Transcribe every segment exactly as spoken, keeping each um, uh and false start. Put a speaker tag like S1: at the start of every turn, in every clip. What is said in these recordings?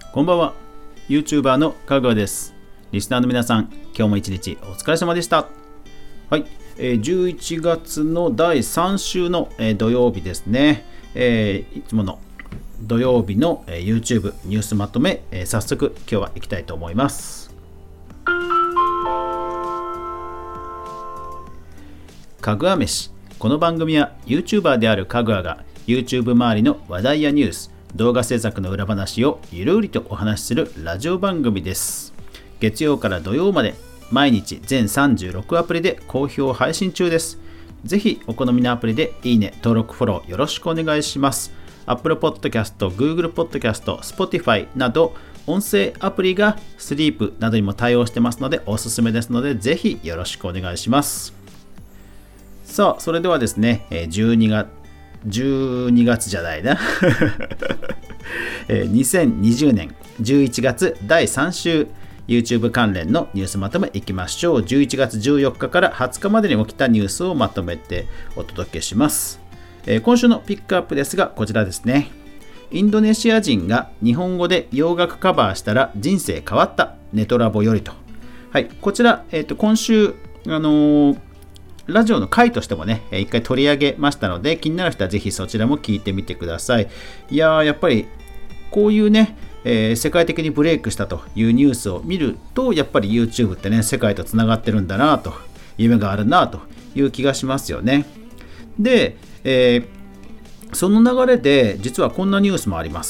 S1: こんばんは。 YouTuber のかぐわです。リスナーの皆さん、今日も一日お疲れ様でした。はい、えー、じゅういちがつのだいさん週の、えー、土曜日ですね、えー、いつもの土曜日の、えー、YouTube ニュースまとめ、えー、早速今日は行きたいと思います。かぐわ飯。この番組は YouTuber であるかぐわが YouTube 周りの話題やニュース、動画制作の裏話をゆるりとお話しするラジオ番組です。月曜から土曜まで毎日全さんじゅうろくアプリで好評配信中です。ぜひお好みのアプリでいいね、登録、フォローよろしくお願いします。Apple Podcast、Google Podcast、Spotify など音声アプリが Sleep などにも対応してますのでおすすめですので、ぜひよろしくお願いします。さあ、それではですね、じゅうにがつじゅうにがつじゃないなにせんにじゅうねんじゅういちがつだいさん週 YouTube 関連のニュースまとめいきましょう。じゅういちがつじゅうよっかからはつかまでに起きたニュースをまとめてお届けします。えー、今週のピックアップですがこちらですね。インドネシア人が日本語で洋楽カバーしたら人生変わった、ネトラボよりと。はい、こちら、えーと、今週あのーラジオの回としてもね、一回取り上げましたので、気になる人はぜひそちらも聞いてみてください。いやー、やっぱりこういうね、えー、世界的にブレイクしたというニュースを見ると、やっぱり YouTube ってね、世界とつながってるんだなと、夢があるなという気がしますよね。で、えー、その流れで実はこんなニュースもあります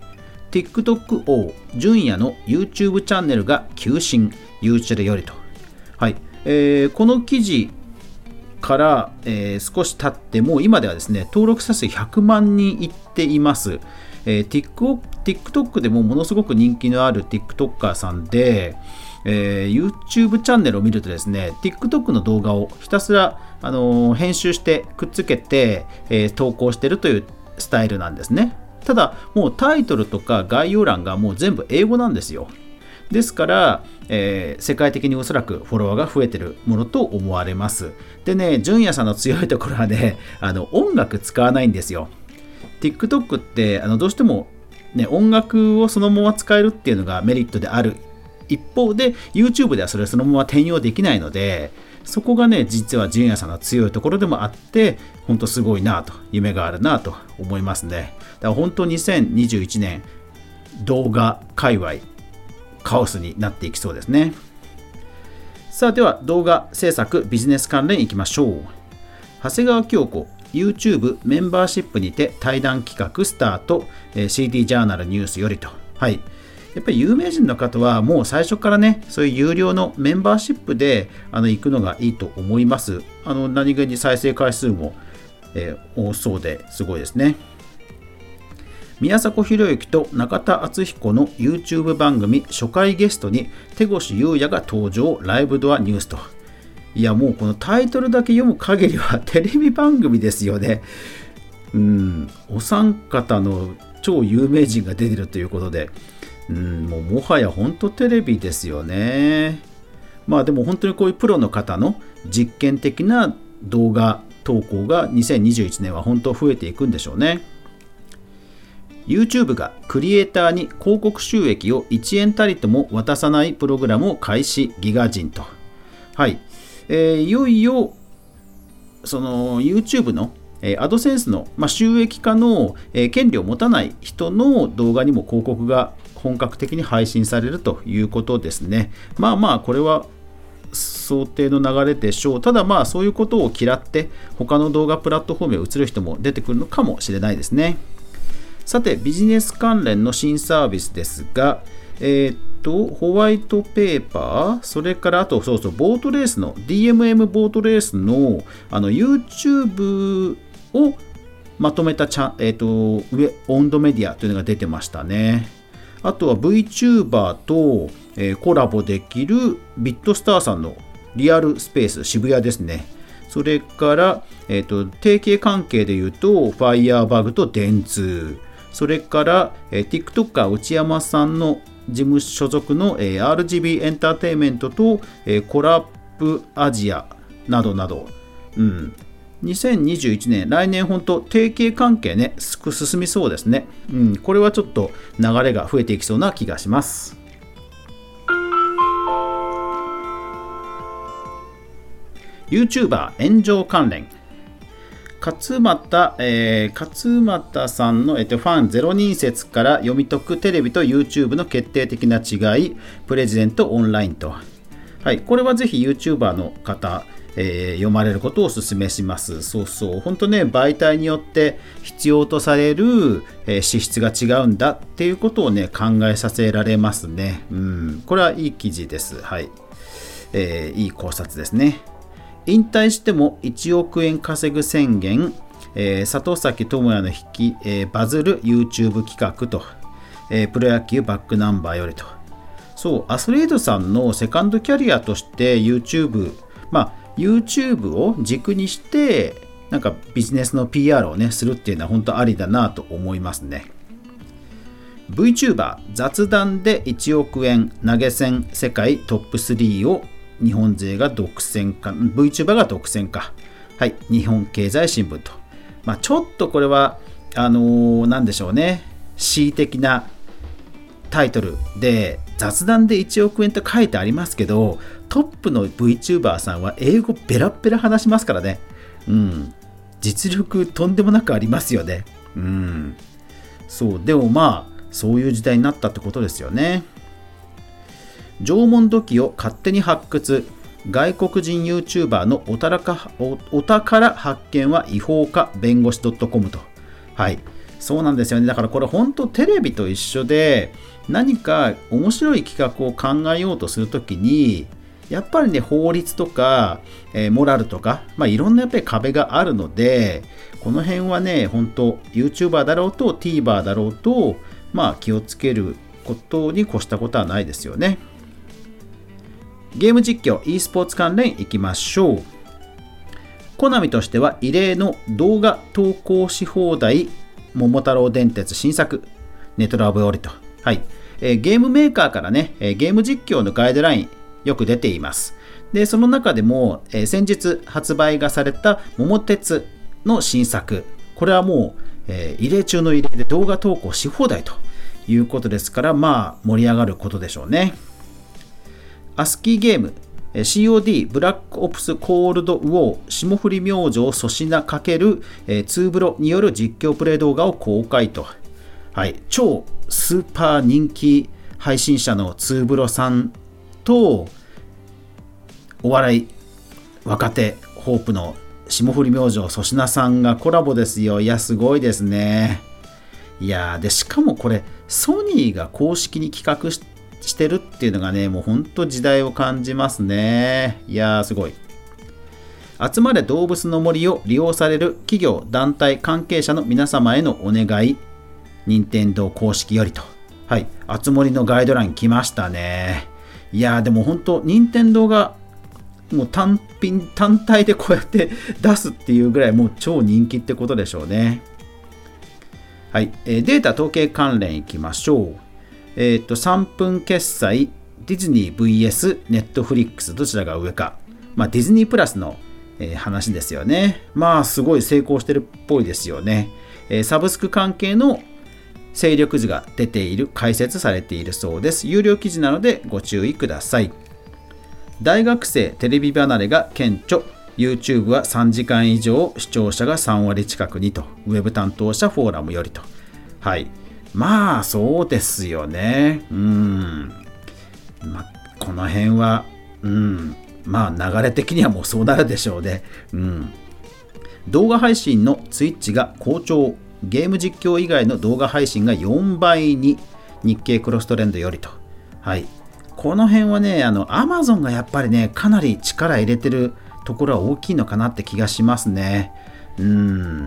S1: 。TikTok 王純也の YouTube チャンネルが急進、ユーチュルよりと。はい、えー、この記事から、えー、少し経ってもう今ではですね、登録者数ひゃくまんにんいっています。えー、TikTok でもものすごく人気のある TikToker さんで、えー、YouTube チャンネルを見るとですね、TikTok の動画をひたすら、あのー、編集してくっつけて、えー、投稿しているというスタイルなんですね。ただもうタイトルとか概要欄がもう全部英語なんですよ。ですから、えー、世界的におそらくフォロワーが増えているものと思われます。でね、純也さんの強いところはね、あの音楽使わないんですよ。TikTok ってあのどうしても、ね、音楽をそのまま使えるっていうのがメリットである一方で、YouTube ではそれをそのまま転用できないので、そこがね、実は純也さんの強いところでもあって、本当すごいなと、夢があるなと思いますね。だから本当にせんにじゅういちねん動画界隈カオスになっていきそうですね。さあ、では動画制作ビジネス関連いきましょう。長谷川京子 YouTube メンバーシップにて対談企画スタート、えー、シーディー ジャーナルニュースよりと。はい、やっぱり有名人の方はもう最初からね、そういう有料のメンバーシップであの行くのがいいと思います。あの何気に再生回数も、えー、多そうですごいですね。宮迫博之と中田敦彦の YouTube 番組初回ゲストに手越優也が登場、ライブドアニュースと。いや、もうこのタイトルだけ読む限りはテレビ番組ですよね。うん、お三方の超有名人が出てるということで、うん、もうもはや本当テレビですよね。まあでも本当にこういうプロの方の実験的な動画投稿がにせんにじゅういちねんは本当増えていくんでしょうね。YouTube がクリエイターに広告収益をいちえんたりとも渡さないプログラムを開始、ギガ人と。はい、えー、いよいよその YouTube の、えー、アドセンスの、まあ、収益化の、えー、権利を持たない人の動画にも広告が本格的に配信されるということですね。まあまあこれは想定の流れでしょう。ただまあそういうことを嫌って他の動画プラットフォームへ移る人も出てくるのかもしれないですね。さて、ビジネス関連の新サービスですが、えー、っとホワイトペーパー、それからあとそうそうボートレースの ディーエムエム ボートレースのあの YouTube をまとめたチャ、えー、っと上オンドメディアというのが出てましたね。あとは VTuber と、えー、コラボできるビットスターさんのリアルスペース渋谷ですね。それから、えー、と提携関係でいうと Firebug と電通、それから、えー、TikToker 内山さんの事務所属の、えー、アールジービー エンターテインメントと、えー、コラップアジアなどなど、うん、 にせんにじゅういちねん、来年本当提携関係ね、進みそうですね。うん、これはちょっと流れが増えていきそうな気がします。YouTuber 炎上関連。勝俣、えー、勝俣さんの、えっと、ファンゼロにん説から読み解くテレビと YouTube の決定的な違い、プレジデントオンラインと。はい、これはぜひ YouTuber の方、えー、読まれることをお勧めします。そうそう、本当ね、媒体によって必要とされる、えー、資質が違うんだっていうことをね、考えさせられますね。うん、これはいい記事です。はい、えー、いい考察ですね。引退してもいちおくえん稼ぐ宣言、えー、里崎智也の引き、えー、バズる YouTube 企画と、えー、プロ野球バックナンバーよりと。そう、アスリートさんのセカンドキャリアとして YouTube、まあ YouTube を軸にしてなんかビジネスの ピーアール をねするっていうのは本当ありだなと思いますね。 VTuber 雑談でいちおくえん投げ銭世界トップスリーを日本勢が独占か VTuber が独占か。はい、日本経済新聞と。まあちょっとこれはあのー、なんでしょうね、恣意的なタイトルで雑談でいちおくえんと書いてありますけど、トップの VTuber さんは英語ベラベラ話しますからね。うん、実力とんでもなくありますよね。うん、そうでもまあそういう時代になったってことですよね。縄文土器を勝手に発掘、外国人 YouTuber のおたらかお、お宝発見は違法か、弁護士 .com と。はい、そうなんですよね。だからこれ本当テレビと一緒で、何か面白い企画を考えようとするときに、やっぱりね、法律とか、えー、モラルとか、まあ、いろんなやっぱり壁があるので、この辺はね、本当 YouTuber だろうと TVer だろうと、まあ気をつけることに越したことはないですよね。ゲーム実況 e スポーツ関連いきましょう。コナミとしては異例の動画投稿し放題桃太郎電鉄新作ネトラボよりと。はい、えー、ゲームメーカーからね、えー、ゲーム実況のガイドラインよく出ています。でその中でも、えー、先日発売がされた桃鉄の新作、これはもう、えー、異例中の異例で動画投稿し放題ということですから、まあ盛り上がることでしょうね。アスキーゲーム シーオーディー ブラックオプスコールドウォー霜降り明星粗品×ツーブロによる実況プレイ動画を公開と。はい、超スーパー人気配信者のツーブロさんとお笑い若手ホープの霜降り明星粗品さんがコラボですよ。いやすごいですね。いやでしかもこれソニーが公式に企画してしてるっていうのがね、もう本当時代を感じますね。いやーすごい。集まれ動物の森を利用される企業団体関係者の皆様へのお願い、任天堂公式よりと。はい、あつ森のガイドライン来ましたね。いやーでも本当任天堂がもう単品単体でこうやって出すっていうぐらいもう超人気ってことでしょうね。はい、データ統計関連いきましょう。えー、とさんぷん決済ディズニー ブイエス ネットフリックスどちらが上か、まあ、ディズニープラスの、えー、話ですよね。まあすごい成功してるっぽいですよね。えー、サブスク関係の勢力図が出ている解説されているそうです。有料記事なのでご注意ください。大学生テレビ離れが顕著、 YouTube はさんじかん以上視聴者がさんわり近くにと、ウェブ担当者フォーラムよりと。はい、まあそうですよね。うん、まあ、この辺は、うん、まあ流れ的にはもうそうなるでしょうね。うん、動画配信の Twitch が好調、ゲーム実況以外の動画配信がよんばいに、日経クロストレンドよりと。はい、この辺はね、あの Amazon がやっぱりねかなり力入れてるところは大きいのかなって気がしますね。うん、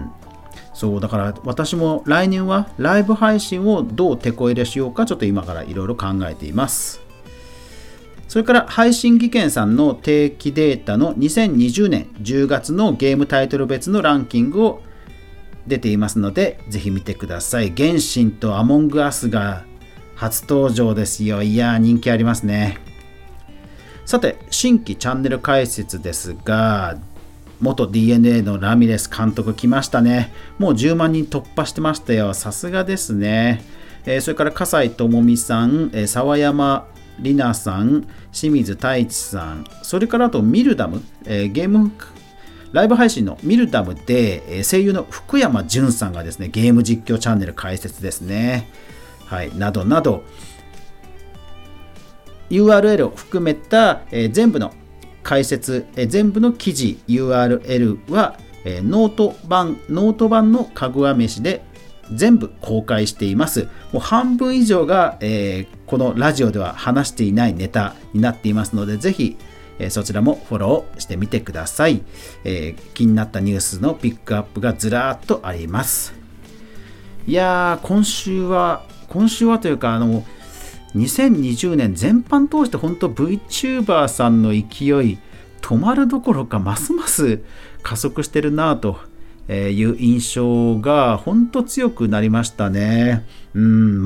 S1: そうだから私も来年はライブ配信をどう手こ入れしようか、ちょっと今からいろいろ考えています。それから配信技研さんの定期データのにせんにじゅうねんじゅうがつのゲームタイトル別のランキングを出ていますので、ぜひ見てください。原神とアモングアスが初登場ですよ。いやー人気ありますね。さて新規チャンネル解説ですが、 元 ディーエヌエー のラミレス監督来ましたね。もうじゅうまんにん突破してましたよ。さすがですね。えー、それから笠井智美さん、えー、沢山里奈さん、清水太一さん、それからあとミルダム、えー、ゲームライブ配信のミルダムで、えー、声優の福山潤さんがですね、ゲーム実況チャンネル開設ですね。はい、などなど ユーアールエル を含めた、えー、全部の解説、えー、全部の記事 ユーアールエル は、えー、ノート版ノート版のかぐわ飯で全部公開しています。もう半分以上が、えー、このラジオでは話していないネタになっていますので、ぜひ、えー、そちらもフォローしてみてください。えー、気になったニュースのピックアップがずらーっとあります。いやー、今週は今週はというかあのにせんにじゅうねん全般通して本当 VTuber さんの勢い止まるどころかますます加速してるなという印象が本当強くなりましたね。うん、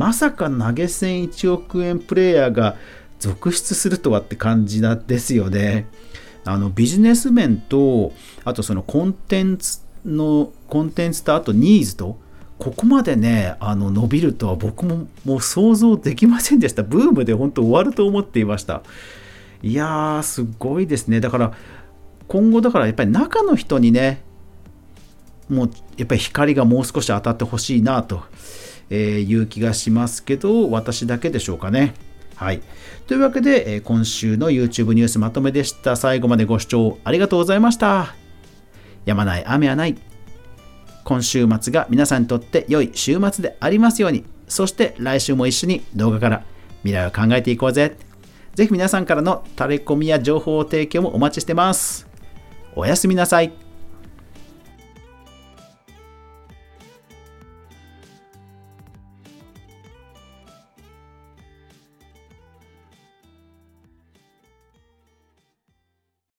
S1: まさか投げ銭いちおくえんプレイヤーが続出するとはって感じなんですよね。あのビジネス面とあとそのコンテンツのコンテンツとあとニーズとここまでねあの伸びるとは僕ももう想像できませんでした。ブームで本当終わると思っていました。いやーすごいですね。だから今後だからやっぱり中の人にねもうやっぱり光がもう少し当たってほしいなという気がしますけど、私だけでしょうかね。はい。というわけで今週の YouTube ニュースまとめでした。最後までご視聴ありがとうございました。やまない雨はない。今週末が皆さんにとって良い週末でありますように。そして来週も一緒に動画から未来を考えていこうぜ。ぜひ皆さんからのタレコミや情報提供もお待ちしてます。おやすみなさい。